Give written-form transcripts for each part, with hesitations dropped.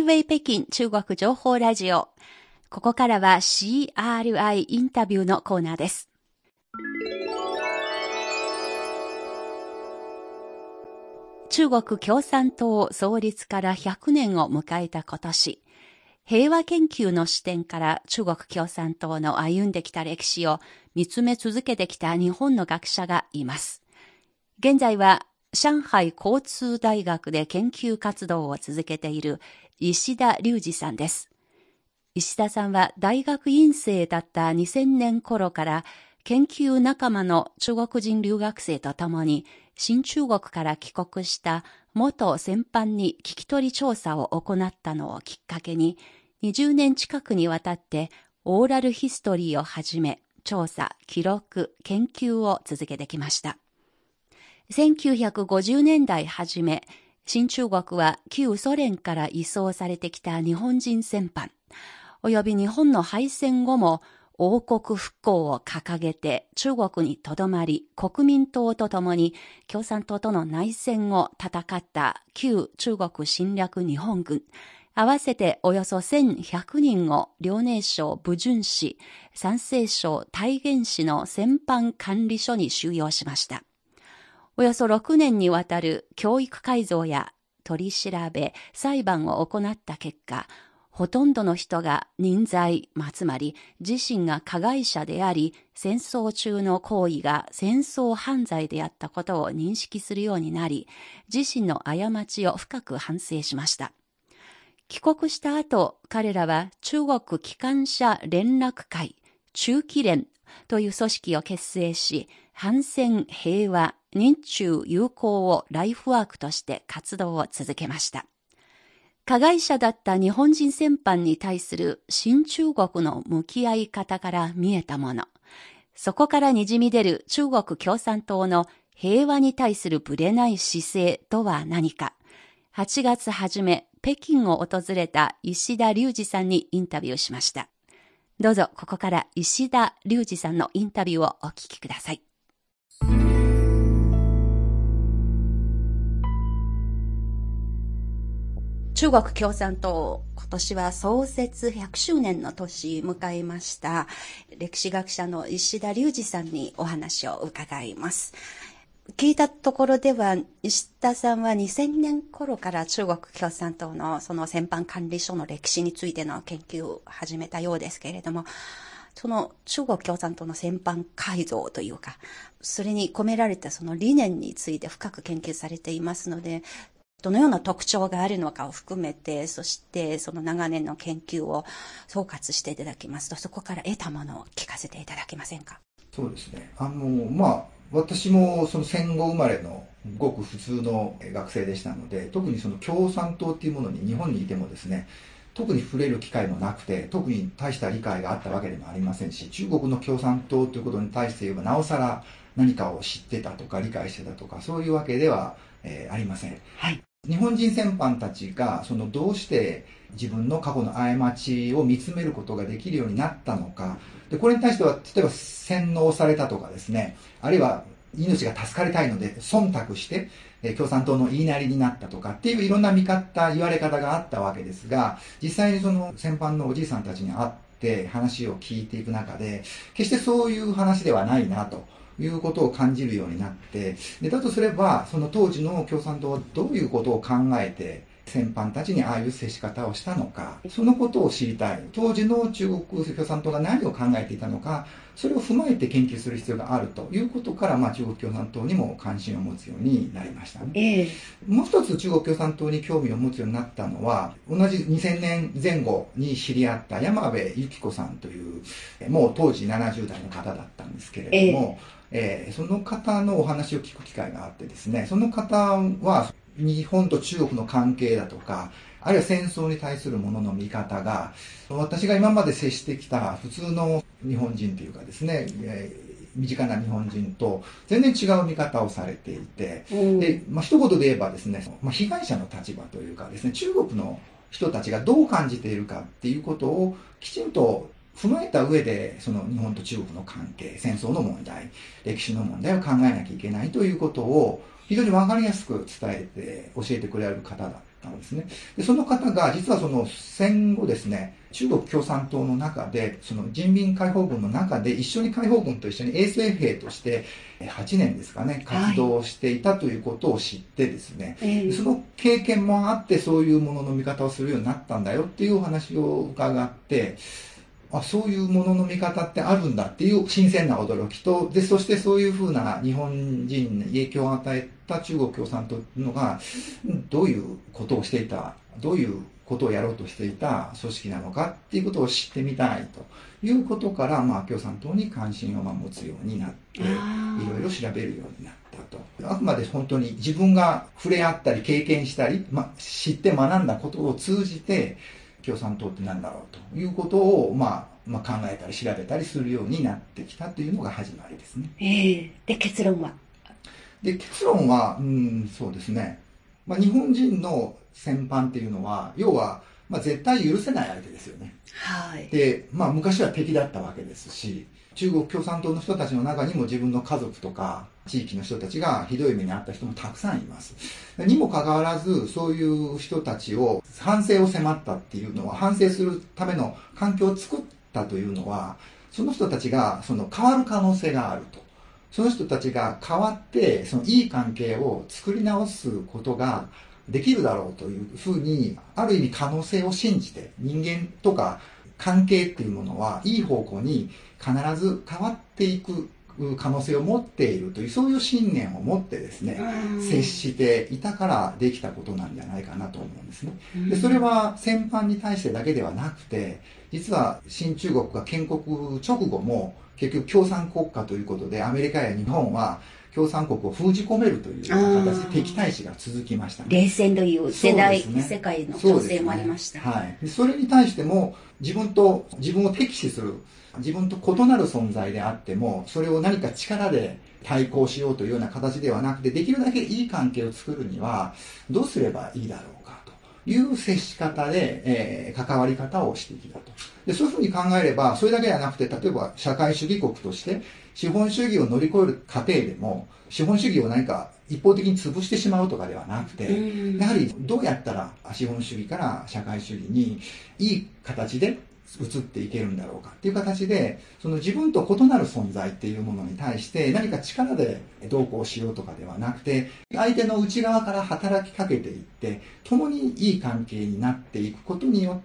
台北京中国情報ラジオ。ここからは CRI インタビューのコーナーです。中国共産党創立から100年を迎えた今年、平和研究の視点から中国共産党の歩んできた歴史を見つめ続けてきた日本の学者がいます。現在は上海交通大学で研究活動を続けている石田隆二さんです。石田さんは大学院生だった2000年頃から研究仲間の中国人留学生と共に新中国から帰国した元戦犯に聞き取り調査を行ったのをきっかけに20年近くにわたってオーラルヒストリーをはじめ調査、記録、研究を続けてきました。1950年代初め、新中国は旧ソ連から移送されてきた日本人戦犯、および日本の敗戦後も王国復興を掲げて中国にとどまり、国民党とともに共産党との内戦を戦った旧中国侵略日本軍、合わせておよそ1100人を遼寧省武順市、山西省太原市の戦犯管理所に収容しました。およそ6年にわたる教育改造や取り調べ、裁判を行った結果、ほとんどの人が人罪、つまり自身が加害者であり、戦争中の行為が戦争犯罪であったことを認識するようになり、自身の過ちを深く反省しました。帰国した後、彼らは中国機関車連絡会、中機連という組織を結成し、反戦平和、日中友好をライフワークとして活動を続けました。加害者だった日本人戦犯に対する新中国の向き合い方から見えたもの、そこからにじみ出る中国共産党の平和に対するぶれない姿勢とは何か、8月初め、北京を訪れた石田隆二さんにインタビューしました。どうぞここから石田隆二さんのインタビューをお聞きください。中国共産党、今年は創設100周年の年迎えました。歴史学者の石田隆二さんにお話を伺います。聞いたところでは、石田さんは2000年頃から中国共産党のその戦犯管理所の歴史についての研究を始めたようですけれども、その中国共産党の戦犯改造というか、それに込められたその理念について深く研究されていますので、どのような特徴があるのかを含めて、そしてその長年の研究を総括していただきますと、そこから得たものを聞かせていただけませんか。 そうですね。私もその戦後生まれのごく普通の学生でしたので、特にその共産党っていうものに日本にいてもですね、特に触れる機会もなくて、特に大した理解があったわけでもありませんし、中国の共産党ということに対して言えばなおさら何かを知ってたとか理解してたとかそういうわけでは、ありません。 はい。 日本人戦犯たちがどうして自分の過去の過ちを見つめることができるようになったのか、でこれに対しては例えば洗脳されたとかですね、あるいは命が助かりたいので忖度して共産党の言いなりになったとかっていういろんな言われ方があったわけですが、実際にその戦犯のおじいさんたちに会って話を聞いていく中で、決してそういう話ではないなということを感じるようになって、でだとすればその当時の共産党はどういうことを考えて戦犯たちにああいう接し方をしたのか、そのことを知りたい。当時の中国共産党が何を考えていたのか、それを踏まえて研究する必要があるということから、中国共産党にも関心を持つようになりましたね。もう一つ中国共産党に興味を持つようになったのは、同じ2000年前後に知り合った山辺由紀子さんという、もう当時70代の方だったんですけれども、その方のお話を聞く機会があってですね、その方は日本と中国の関係だとか、あるいは戦争に対するものの見方が、私が今まで接してきた普通の日本人というかですね、身近な日本人と全然違う見方をされていて、で、一言で言えばですね、被害者の立場というかですね、中国の人たちがどう感じているかっていうことをきちんと踏まえた上で、その日本と中国の関係、戦争の問題、歴史の問題を考えなきゃいけないということを非常に分かりやすく伝えて教えてくれる方だったんですね。で、その方が実はその戦後ですね、中国共産党の中で、その人民解放軍の中で解放軍と一緒に衛生兵として8年ですかね、活動していたということを知ってですね、その経験もあってそういうものの見方をするようになったんだよっていうお話を伺って、そういうものの見方ってあるんだっていう新鮮な驚きと、で、そしてそういうふうな日本人に影響を与えた中国共産党っていうのが、どういうことをしていた、どういうことをやろうとしていた組織なのかっていうことを知ってみたいということから、共産党に関心を持つようになって、いろいろ調べるようになったと。あくまで本当に自分が触れ合ったり経験したり、知って学んだことを通じて、共産党って何だろうということを、考えたり調べたりするようになってきたというのが始まりですね。 で、結論はそうですね。日本人の戦犯っていうのは、要は、絶対許せない相手ですよね。 はい。 で、昔は敵だったわけですし、中国共産党の人たちの中にも自分の家族とか地域の人たちがひどい目に遭った人もたくさんいます。にもかかわらず、そういう人たちを反省を迫ったっていうのは、反省するための環境を作ったというのは、その人たちが変わる可能性があると。その人たちが変わって、いい関係を作り直すことができるだろうというふうに、ある意味可能性を信じて、人間とか関係っていうものはいい方向に必ず変わっていく可能性を持っているという、そういう信念を持ってですね、接していたからできたことなんじゃないかなと思うんですね。で、それは戦犯に対してだけではなくて、実は新中国が建国直後も結局共産国家ということで、アメリカや日本は共産国を封じ込めるという形で敵対視が続きました、 冷戦という世界の情勢もありました。 はい。それに対しても自分を敵視する、自分と異なる存在であっても、それを何か力で対抗しようというような形ではなくて、できるだけいい関係を作るにはどうすればいいだろうかという接し方で、関わり方をしてきたと。で、そういうふうに考えれば、それだけではなくて、例えば社会主義国として資本主義を乗り越える過程でも、資本主義を何か一方的に潰してしまうとかではなくて、やはりどうやったら資本主義から社会主義にいい形で移っていけるんだろうかっていう形で、その自分と異なる存在っていうものに対して何か力でどうこうしようとかではなくて、相手の内側から働きかけていって、共にいい関係になっていくことによって、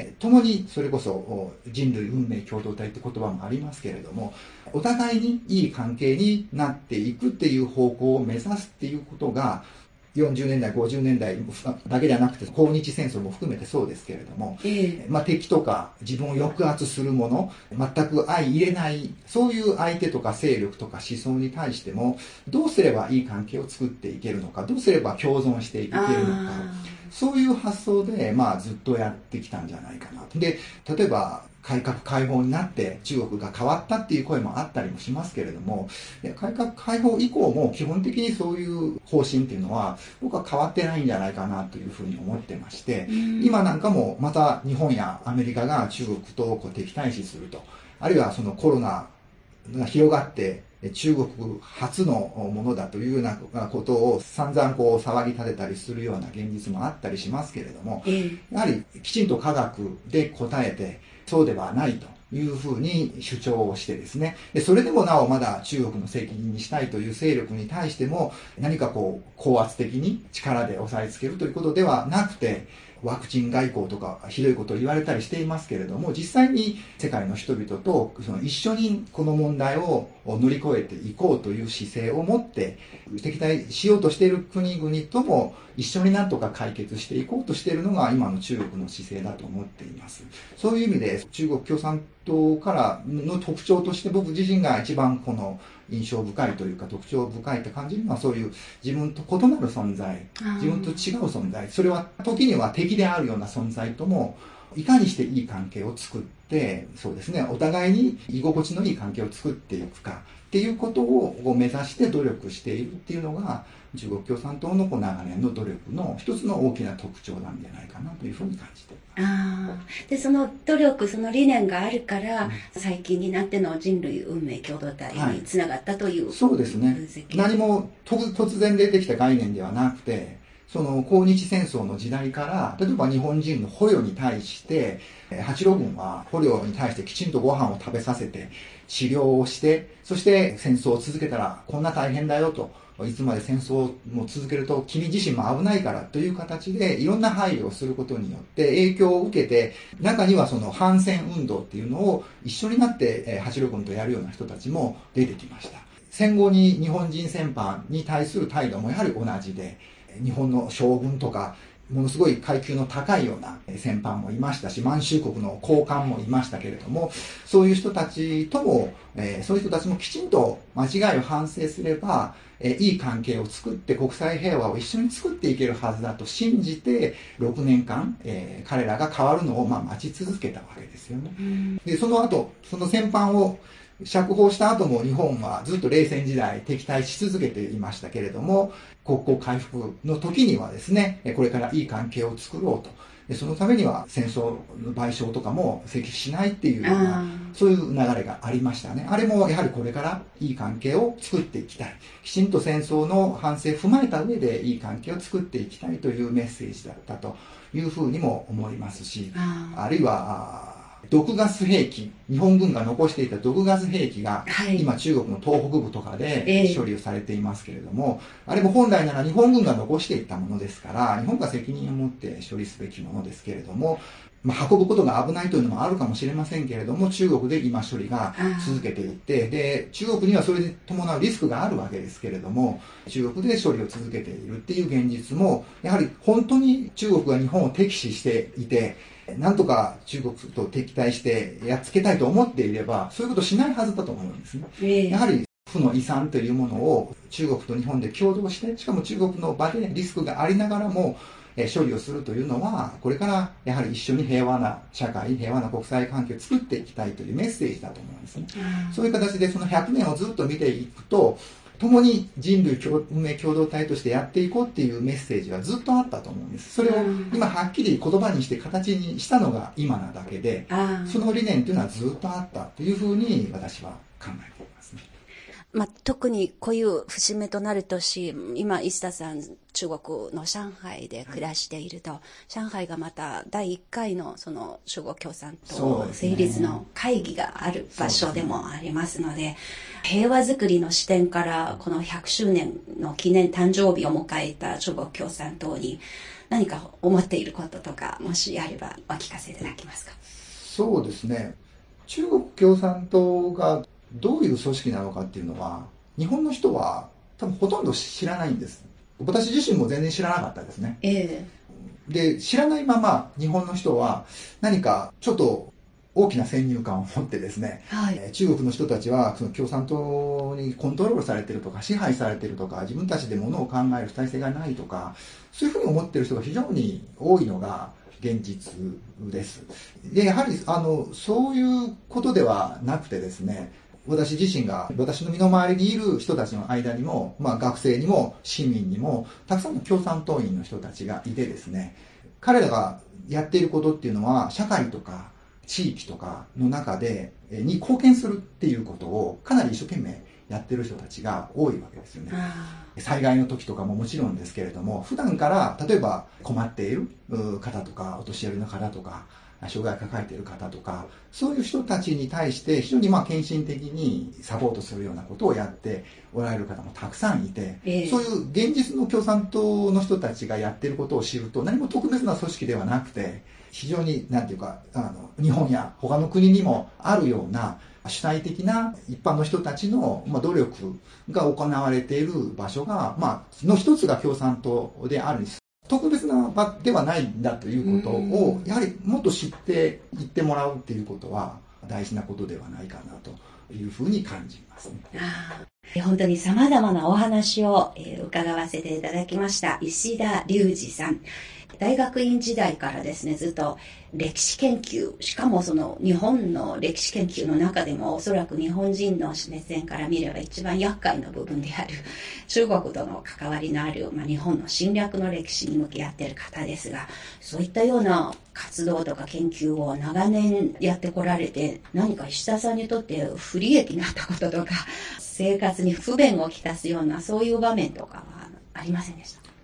共にそれこそ人類運命共同体って言葉もありますけれども、お互いにいい関係になっていくっていう方向を目指すっていうことが、40年代、50年代だけではなくて、抗日戦争も含めてそうですけれども、敵とか自分を抑圧するもの、全く相入れない、そういう相手とか勢力とか思想に対しても、どうすればいい関係を作っていけるのか、どうすれば共存していけるのか、そういう発想で、ずっとやってきたんじゃないかなと。で、例えば、改革開放になって中国が変わったっていう声もあったりもしますけれども、改革開放以降も基本的にそういう方針っていうのは僕は変わってないんじゃないかなというふうに思ってまして、今なんかもまた日本やアメリカが中国と敵対視すると、あるいはそのコロナが広がって中国初のものだというようなことを散々騒ぎ立てたりするような現実もあったりしますけれども、やはりきちんと科学で答えて、そうではないというふうに主張をしてですね、それでもなおまだ中国の責任にしたいという勢力に対しても何か高圧的に力で押さえつけるということではなくて、ワクチン外交とかひどいことを言われたりしていますけれども、実際に世界の人々と一緒にこの問題を乗り越えていこうという姿勢を持って敵対しようとしている国々とも一緒になんとか解決していこうとしているのが今の中国の姿勢だと思っています。そういう意味で中国共産党からの特徴として僕自身が一番この印象深いというか特徴深いって感じるのは、そういう自分と異なる存在、自分と違う存在、それは時には敵であるような存在ともいかにしていい関係を作って、そうですね、お互いに居心地のいい関係を作っていくかっていうことを目指して努力しているっていうのが中国共産党の長年の努力の一つの大きな特徴なんじゃないかなというふうに感じています。 で、その努力、その理念があるから、最近になっての人類運命共同体につながったという、 そうですね。何も突然出てきた概念ではなくて、 その抗日戦争の時代から、例えば日本人の捕虜に対して、八路軍は捕虜に対してきちんとご飯を食べさせて、治療をして、そして戦争を続けたらこんな大変だよと、いつまで戦争を続けると君自身も危ないからという形でいろんな配慮をすることによって影響を受けて、中にはその反戦運動っていうのを一緒になって八路軍とやるような人たちも出てきました。戦後に日本人戦犯に対する態度もやはり同じで、日本の将軍とかものすごい階級の高いような戦犯もいましたし、満州国の高官もいましたけれども、そういう人たちとも、そういう人たちもきちんと間違いを反省すれば、いい関係を作って国際平和を一緒に作っていけるはずだと信じて、6年間、彼らが変わるのを待ち続けたわけですよね。で、その後、その戦犯を釈放した後も日本はずっと冷戦時代敵対し続けていましたけれども、国交回復の時にはですね、これからいい関係を作ろうと。でそのためには戦争の賠償とかも請求しないっていうような、そういう流れがありましたね。あれもやはりこれからいい関係を作っていきたい。きちんと戦争の反省を踏まえた上でいい関係を作っていきたいというメッセージだったというふうにも思いますし、あるいは、毒ガス兵器、日本軍が残していた毒ガス兵器が、今中国の東北部とかで処理をされていますけれども、あれも本来なら日本軍が残していったものですから、日本が責任を持って処理すべきものですけれども、運ぶことが危ないというのもあるかもしれませんけれども、中国で今処理が続けていって、で、中国にはそれに伴うリスクがあるわけですけれども、中国で処理を続けているっていう現実も、やはり本当に中国が日本を敵視していて、なんとか中国と敵対してやっつけたいと思っていれば、そういうことしないはずだと思うんですね。やはり負の遺産というものを中国と日本で共同して、しかも中国の場でリスクがありながらも処理をするというのは、これからやはり一緒に平和な社会、平和な国際関係を作っていきたいというメッセージだと思うんですね。そういう形でその100年をずっと見ていくと、共に人類運命共同体としてやっていこうっていうメッセージはずっとあったと思うんです。それを今はっきり言葉にして形にしたのが今なだけで、その理念というのはずっとあったというふうに私は考えていますね。 特にこういう節目となる年、今、石田さん、中国の上海で暮らしていると、上海がまた第1回のその中国共産党成立の会議がある場所でもありますので、平和づくりの視点からこの100周年の記念誕生日を迎えた中国共産党に何か思っていることとか、もしあればお聞かせいただけますか。 そうですね。中国共産党がどういう組織なのかっていうのは、日本の人は多分ほとんど知らないんです。私自身も全然知らなかったですね。で、知らないまま日本の人は何かちょっと大きな先入観を持ってですね、中国の人たちはその共産党にコントロールされてるとか支配されてるとか、自分たちで物を考える体制がないとか、そういうふうに思ってる人が非常に多いのが現実です。で、やはりそういうことではなくてですね、私自身が、私の身の回りにいる人たちの間にも、学生にも市民にも、たくさんの共産党員の人たちがいてですね、彼らがやっていることっていうのは、社会とか地域とかの中で、に貢献するっていうことを、かなり一生懸命やってる人たちが多いわけですよね。災害の時とかももちろんですけれども、普段から例えば困っている方とか、お年寄りの方とか、障害を抱えている方とか、そういう人たちに対して非常に献身的にサポートするようなことをやっておられる方もたくさんいて、そういう現実の共産党の人たちがやっていることを知ると、何も特別な組織ではなくて、非常になんていうか、日本や他の国にもあるような主体的な一般の人たちの努力が行われている場所が、の一つが共産党であるんです。特別な場ではないんだということを、やはりもっと知っていってもらうっていうことは大事なことではないかなというふうに感じますね。 本当に様々なお話を伺わせていただきました石田隆二さん。大学院時代からですね、ずっと歴史研究、しかもその日本の歴史研究の中でもおそらく日本人の目線から見れば一番厄介な部分である中国との関わりのある、日本の侵略の歴史に向き合っている方ですが、そういったような活動とか研究を長年やってこられて、何か石田さんにとって不利益になったこととか、生活に不便をきたすようなそういう場面とかはありませんでした？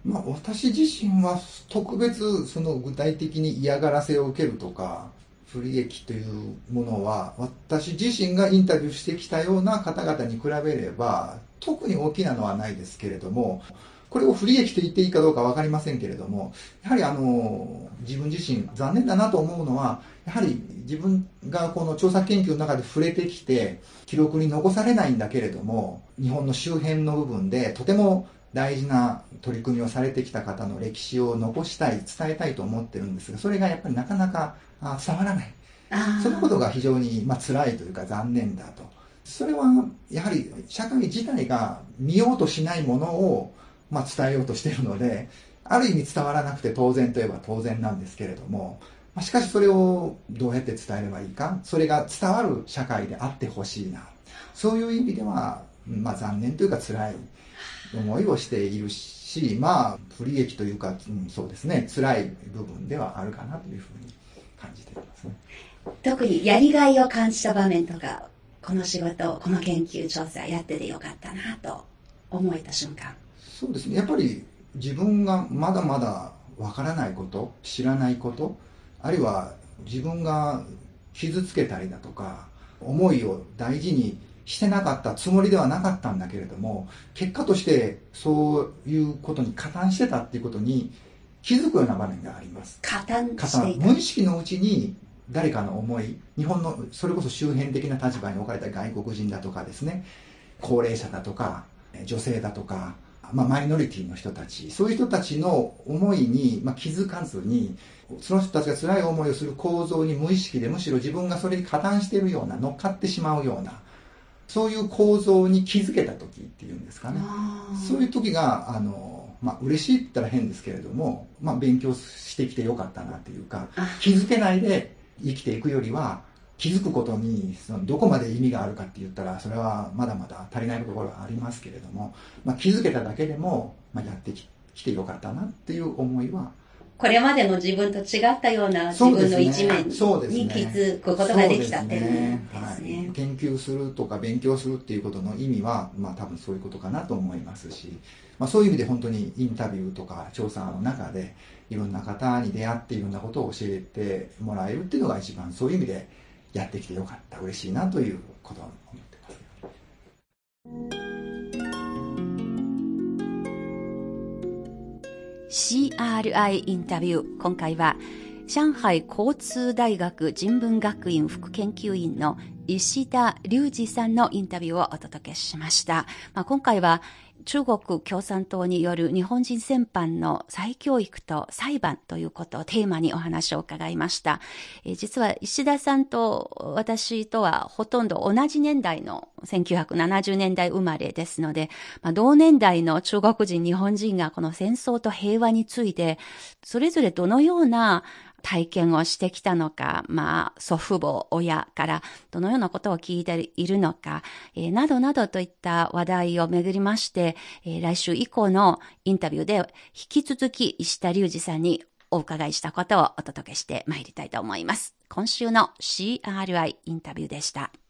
私自身は特別その具体的に嫌がらせを受けるとか不利益というものは、私自身がインタビューしてきたような方々に比べれば特に大きなのはないですけれども、これを不利益と言っていいかどうか分かりませんけれども、やはり自分自身残念だなと思うのは、やはり自分がこの調査研究の中で触れてきて記録に残されないんだけれども、日本の周辺の部分でとても大事な取り組みをされてきた方の歴史を残したい、伝えたいと思ってるんですが、それがやっぱりなかなか伝わらない。そのことが非常に辛いというか残念だと。それはやはり社会自体が見ようとしないものを伝えようとしているので、ある意味伝わらなくて当然といえば当然なんですけれども、しかしそれをどうやって伝えればいいか、それが伝わる社会であってほしいな。そういう意味では、残念というか辛い思いをしているし、不利益というか、そうですね、辛い部分ではあるかなというふうに感じていますね。 特にやりがいを感じた場面とか、この仕事、この研究調査やっててよかったなと思えた瞬間。 そうですね、やっぱり自分がまだまだわからないこと、知らないこと、あるいは自分が傷つけたりだとか、思いを大事にしてなかったつもりではなかったんだけれども、結果としてそういうことに加担してたっていうことに気づくような場面があります。 加担していた。 無意識のうちに誰かの思い、日本のそれこそ周辺的な立場に置かれた外国人だとかですね、高齢者だとか女性だとか、マイノリティの人たち、そういう人たちの思いに気づかずに、その人たちが辛い思いをする構造に無意識で、むしろ自分がそれに加担しているような、乗っかってしまうような、そういう構造に気づけた時っていうんですかね。そういう時が嬉しいって言ったら変ですけれども、勉強してきてよかったなというか、気づけないで生きていくよりは、気づくことにどこまで意味があるかって言ったら、それはまだまだ足りないところがありますけれども、気づけただけでも、やってきてよかったなっていう思いは、 これまでの自分と違ったような自分の一面に気づくことができたっていうんですね。 研究するとか勉強するっていうことの意味は、多分そういうことかなと思いますし、そういう意味で本当にインタビューとか調査の中でいろんな方に出会っていろんなことを教えてもらえるっていうのが一番そういう意味でやってきてよかった、嬉しいなということを思ってます。 CRI インタビュー。今回は上海交通大学人文学院副研究員の石田隆二さんのインタビューをお届けしました。今回は中国共産党による日本人戦犯の再教育と裁判ということをテーマにお話を伺いました。実は石田さんと私とはほとんど同じ年代の1970年代生まれですので、同年代の中国人、日本人がこの戦争と平和についてそれぞれどのような体験をしてきたのか、祖父母、親からどのようなことを聞いているのか、などなどといった話題をめぐりまして、来週以降のインタビューで引き続き石田隆二さんにお伺いしたことをお届けしてまいりたいと思います。今週の CRI インタビューでした。